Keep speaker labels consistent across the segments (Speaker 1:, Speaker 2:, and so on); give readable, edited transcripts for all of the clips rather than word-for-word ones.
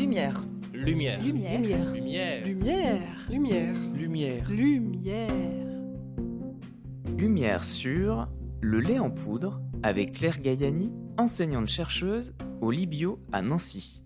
Speaker 1: Lumière.
Speaker 2: Lumière.
Speaker 1: Lumière.
Speaker 2: Lumière.
Speaker 1: Lumière. Lumière.
Speaker 2: Lumière.
Speaker 1: Lumière.
Speaker 3: Lumière sur le lait en poudre avec Claire Gaiani, enseignante-chercheuse au Libio à Nancy.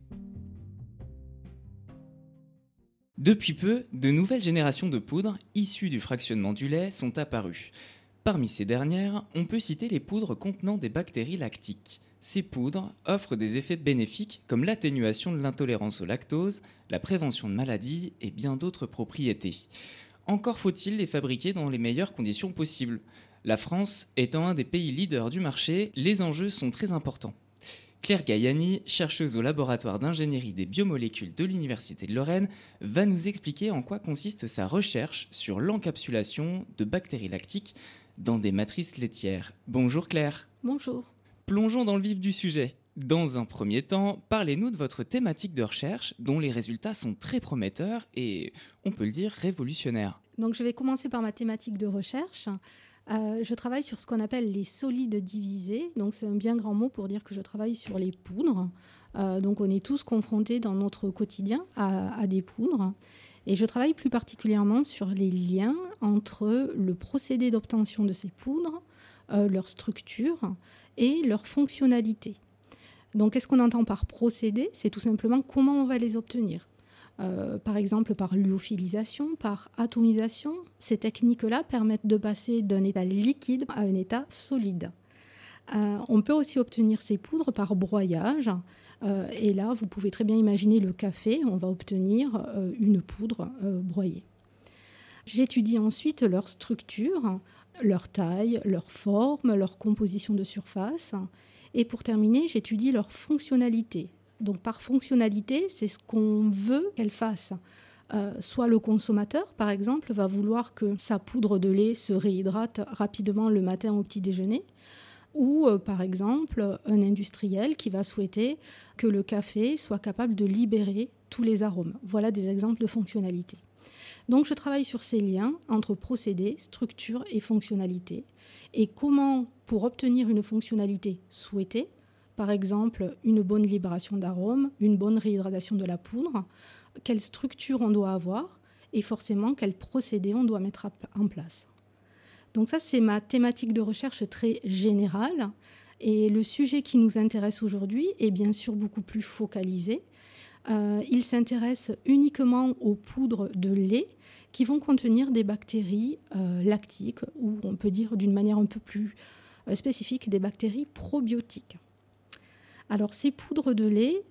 Speaker 4: Depuis peu, de nouvelles générations de poudres issues du fractionnement du lait sont apparues. Parmi ces dernières, on peut citer les poudres contenant des bactéries lactiques. Ces poudres offrent des effets bénéfiques comme l'atténuation de l'intolérance au lactose, la prévention de maladies et bien d'autres propriétés. Encore faut-il les fabriquer dans les meilleures conditions possibles. La France étant un des pays leaders du marché, les enjeux sont très importants. Claire Gaiani, chercheuse au laboratoire d'ingénierie des biomolécules de l'Université de Lorraine, va nous expliquer en quoi consiste sa recherche sur l'encapsulation de bactéries lactiques dans des matrices laitières. Bonjour Claire.
Speaker 5: Bonjour.
Speaker 4: Plongeons dans le vif du sujet. Dans un premier temps, parlez-nous de votre thématique de recherche dont les résultats sont très prometteurs et, on peut le dire, révolutionnaires.
Speaker 5: Donc je vais commencer par ma thématique de recherche. Je travaille sur ce qu'on appelle les solides divisés. Donc c'est un bien grand mot pour dire que je travaille sur les poudres. Donc on est tous confrontés dans notre quotidien à des poudres. Et je travaille plus particulièrement sur les liens entre le procédé d'obtention de ces poudres, leur structure et leur fonctionnalité. Donc qu'est-ce qu'on entend par procédé ? C'est tout simplement comment on va les obtenir. Par exemple par lyophilisation, par atomisation. Ces techniques-là permettent de passer d'un état liquide à un état solide. On peut aussi obtenir ces poudres par broyage. Et là, vous pouvez très bien imaginer le café. On va obtenir une poudre broyée. J'étudie ensuite leur structure, leur taille, leur forme, leur composition de surface. Et pour terminer, j'étudie leur fonctionnalité. Donc par fonctionnalité, c'est ce qu'on veut qu'elle fasse. Soit le consommateur, par exemple, va vouloir que sa poudre de lait se réhydrate rapidement le matin au petit déjeuner, ou par exemple un industriel qui va souhaiter que le café soit capable de libérer tous les arômes. Voilà des exemples de fonctionnalité. Donc je travaille sur ces liens entre procédé, structure et fonctionnalité, et comment, pour obtenir une fonctionnalité souhaitée, par exemple, une bonne libération d'arômes, une bonne réhydratation de la poudre, quelle structure on doit avoir et forcément quel procédé on doit mettre en place. Donc ça, c'est ma thématique de recherche très générale. Et le sujet qui nous intéresse aujourd'hui est bien sûr beaucoup plus focalisé. Il s'intéresse uniquement aux poudres de lait qui vont contenir des bactéries lactiques ou on peut dire d'une manière un peu plus spécifique des bactéries probiotiques. Alors, ces poudres de lait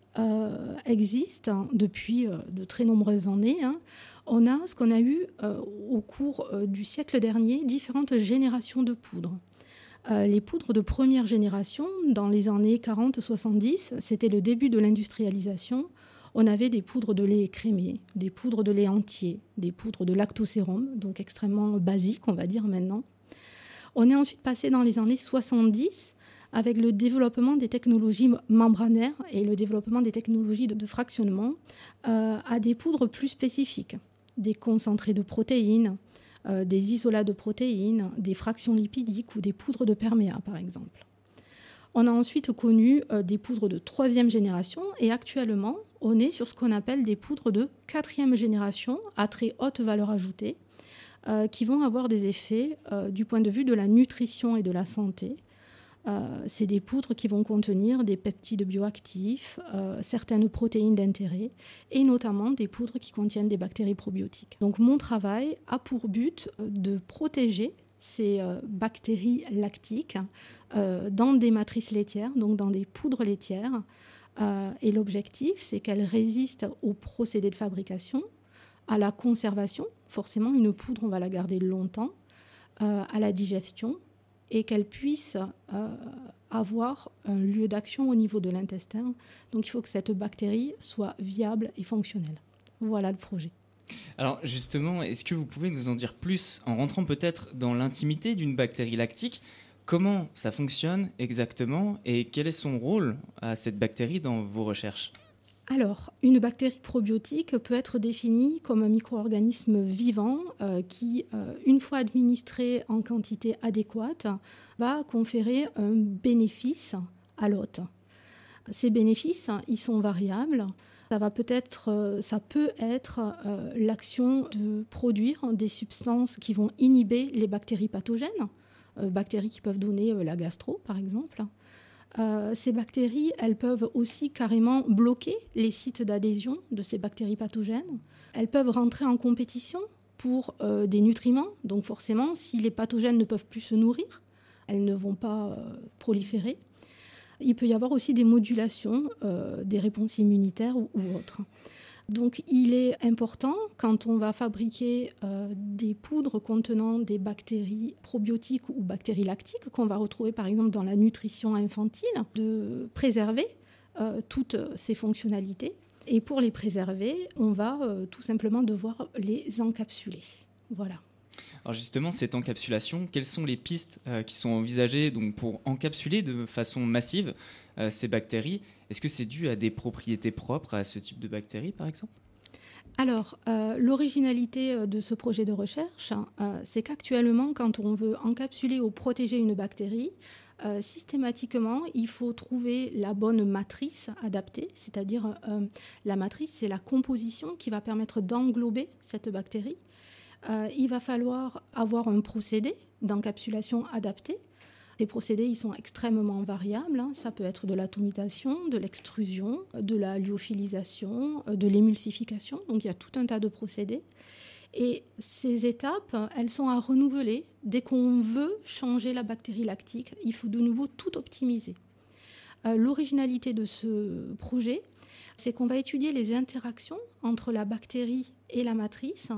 Speaker 5: existent depuis de très nombreuses années. On a ce qu'on a eu au cours du siècle dernier, différentes générations de poudres. Les poudres de première génération, dans les années 40-70, c'était le début de l'industrialisation. On avait des poudres de lait écrémé, des poudres de lait entier, des poudres de lactosérum, donc extrêmement basiques, on va dire maintenant. On est ensuite passé dans les années 70 avec le développement des technologies membranaires et le développement des technologies de fractionnement à des poudres plus spécifiques, des concentrés de protéines, des isolats de protéines, des fractions lipidiques ou des poudres de perméa, par exemple. On a ensuite connu des poudres de troisième génération et actuellement, on est sur ce qu'on appelle des poudres de quatrième génération à très haute valeur ajoutée qui vont avoir des effets du point de vue de la nutrition et de la santé. C'est des poudres qui vont contenir des peptides bioactifs, certaines protéines d'intérêt et notamment des poudres qui contiennent des bactéries probiotiques. Donc mon travail a pour but de protéger ces bactéries lactiques dans des matrices laitières, donc dans des poudres laitières. Et l'objectif, c'est qu'elles résistent au procédé de fabrication, à la conservation. Forcément, une poudre, on va la garder longtemps, à la digestion, et qu'elle puisse avoir un lieu d'action au niveau de l'intestin. Donc il faut que cette bactérie soit viable et fonctionnelle. Voilà le projet.
Speaker 4: Alors justement, est-ce que vous pouvez nous en dire plus en rentrant peut-être dans l'intimité d'une bactérie lactique ? Comment ça fonctionne exactement et quel est son rôle à cette bactérie dans vos recherches ?
Speaker 5: Alors, une bactérie probiotique peut être définie comme un micro-organisme vivant qui, une fois administré en quantité adéquate, va conférer un bénéfice à l'hôte. Ces bénéfices, ils sont variables. Ça peut être l'action de produire des substances qui vont inhiber les bactéries pathogènes, bactéries qui peuvent donner la gastro, par exemple. Ces bactéries, elles peuvent aussi carrément bloquer les sites d'adhésion de ces bactéries pathogènes. Elles peuvent rentrer en compétition pour des nutriments. Donc forcément, si les pathogènes ne peuvent plus se nourrir, elles ne vont pas proliférer. Il peut y avoir aussi des modulations des réponses immunitaires ou autres. Donc il est important, quand on va fabriquer des poudres contenant des bactéries probiotiques ou bactéries lactiques, qu'on va retrouver par exemple dans la nutrition infantile, de préserver toutes ces fonctionnalités. Et pour les préserver, on va tout simplement devoir les encapsuler. Voilà.
Speaker 4: Alors justement, cette encapsulation, quelles sont les pistes qui sont envisagées donc, pour encapsuler de façon massive ces bactéries ? Est-ce que c'est dû à des propriétés propres à ce type de bactéries, par exemple ?
Speaker 5: Alors, l'originalité de ce projet de recherche, c'est qu'actuellement, quand on veut encapsuler ou protéger une bactérie, systématiquement, il faut trouver la bonne matrice adaptée, c'est-à-dire la matrice, c'est la composition qui va permettre d'englober cette bactérie. Il va falloir avoir un procédé d'encapsulation adapté. Ces procédés, ils sont extrêmement variables. Ça peut être de l'atomisation, de l'extrusion, de la lyophilisation, de l'émulsification. Donc, il y a tout un tas de procédés. Et ces étapes, elles sont à renouveler. Dès qu'on veut changer la bactérie lactique, il faut de nouveau tout optimiser. L'originalité de ce projet, c'est qu'on va étudier les interactions entre la bactérie et la matrice,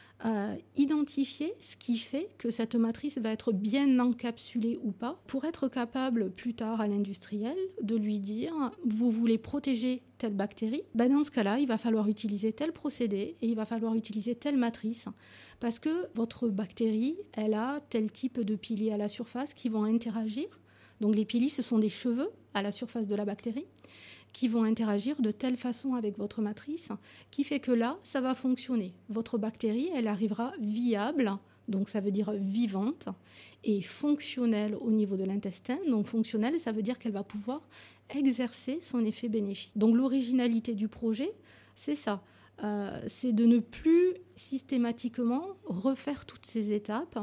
Speaker 5: identifier ce qui fait que cette matrice va être bien encapsulée ou pas, pour être capable plus tard à l'industriel de lui dire « vous voulez protéger telle bactérie ?» Dans ce cas-là, il va falloir utiliser tel procédé et il va falloir utiliser telle matrice parce que votre bactérie, elle a tel type de piliers à la surface qui vont interagir. Donc les piliers, ce sont des cheveux à la surface de la bactérie qui vont interagir de telle façon avec votre matrice, qui fait que là, ça va fonctionner. Votre bactérie, elle arrivera viable, donc ça veut dire vivante, et fonctionnelle au niveau de l'intestin. Donc fonctionnelle, ça veut dire qu'elle va pouvoir exercer son effet bénéfique. Donc l'originalité du projet, c'est ça. C'est de ne plus systématiquement refaire toutes ces étapes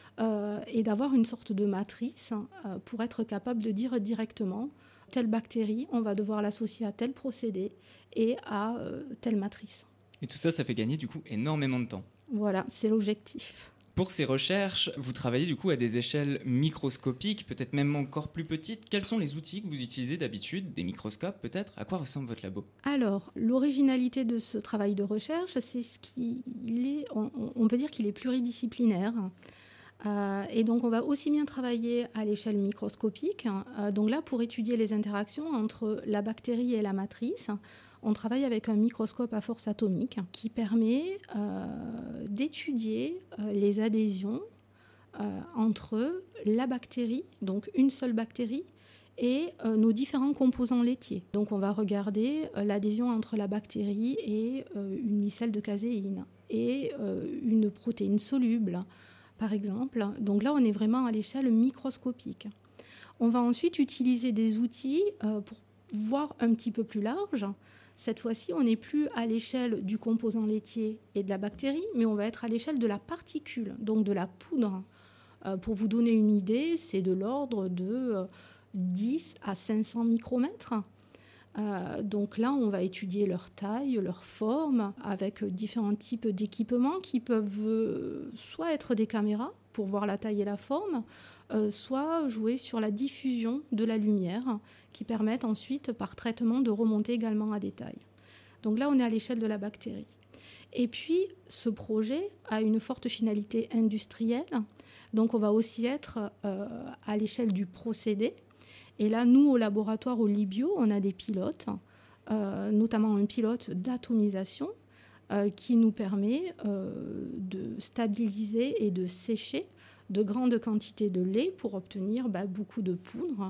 Speaker 5: et d'avoir une sorte de matrice pour être capable de dire directement telle bactérie, on va devoir l'associer à tel procédé et à telle matrice.
Speaker 4: Et tout ça, ça fait gagner du coup énormément de temps.
Speaker 5: Voilà, c'est l'objectif.
Speaker 4: Pour ces recherches, vous travaillez du coup à des échelles microscopiques, peut-être même encore plus petites. Quels sont les outils que vous utilisez d'habitude ? Des microscopes peut-être ? À quoi ressemble votre labo ?
Speaker 5: Alors, l'originalité de ce travail de recherche, c'est ce qu'il est, on peut dire qu'il est pluridisciplinaire. Et donc, on va aussi bien travailler à l'échelle microscopique. Donc là, pour étudier les interactions entre la bactérie et la matrice, on travaille avec un microscope à force atomique qui permet d'étudier les adhésions entre la bactérie, donc une seule bactérie, et nos différents composants laitiers. Donc, on va regarder l'adhésion entre la bactérie et une micelle de caséine et une protéine soluble, par exemple. Donc là, on est vraiment à l'échelle microscopique. On va ensuite utiliser des outils pour voir un petit peu plus large. Cette fois-ci, on n'est plus à l'échelle du composant laitier et de la bactérie, mais on va être à l'échelle de la particule, donc de la poudre. Pour vous donner une idée, c'est de l'ordre de 10 à 500 micromètres. Donc là, on va étudier leur taille, leur forme, avec différents types d'équipements qui peuvent soit être des caméras pour voir la taille et la forme, soit jouer sur la diffusion de la lumière, qui permettent ensuite, par traitement, de remonter également à des tailles. Donc là, on est à l'échelle de la bactérie. Et puis, ce projet a une forte finalité industrielle. Donc, on va aussi être à l'échelle du procédé. Et là, nous, au laboratoire, au Libio, on a des pilotes, notamment un pilote d'atomisation qui nous permet de stabiliser et de sécher de grandes quantités de lait pour obtenir beaucoup de poudre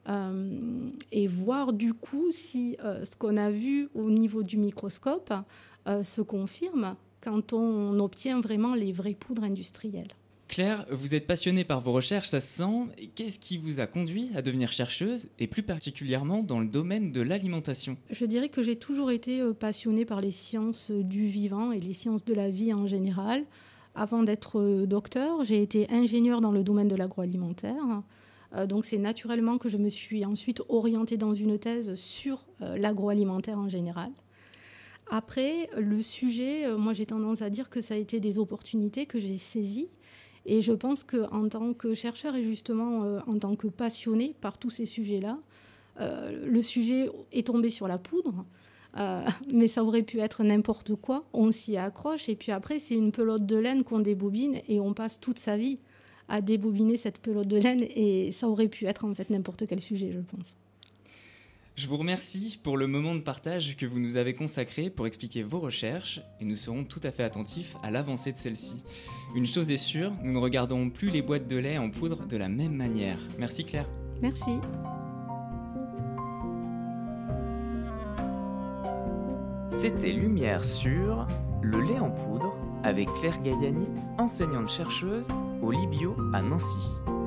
Speaker 5: et voir du coup si ce qu'on a vu au niveau du microscope se confirme quand on obtient vraiment les vraies poudres industrielles.
Speaker 4: Claire, vous êtes passionnée par vos recherches, ça se sent. Qu'est-ce qui vous a conduit à devenir chercheuse, et plus particulièrement dans le domaine de l'alimentation ?
Speaker 5: Je dirais que j'ai toujours été passionnée par les sciences du vivant et les sciences de la vie en général. Avant d'être docteur, j'ai été ingénieure dans le domaine de l'agroalimentaire. Donc c'est naturellement que je me suis ensuite orientée dans une thèse sur l'agroalimentaire en général. Après, le sujet, moi j'ai tendance à dire que ça a été des opportunités que j'ai saisies. Et je pense qu'en tant que chercheur et justement en tant que passionnée par tous ces sujets-là, le sujet est tombé sur la poudre. Mais ça aurait pu être n'importe quoi. On s'y accroche et puis après, c'est une pelote de laine qu'on débobine et on passe toute sa vie à débobiner cette pelote de laine et ça aurait pu être en fait n'importe quel sujet, je pense.
Speaker 4: Je vous remercie pour le moment de partage que vous nous avez consacré pour expliquer vos recherches et nous serons tout à fait attentifs à l'avancée de celle-ci. Une chose est sûre, nous ne regarderons plus les boîtes de lait en poudre de la même manière. Merci Claire.
Speaker 5: Merci.
Speaker 3: C'était Lumière sur le lait en poudre avec Claire Gayani, enseignante-chercheuse au Libio à Nancy.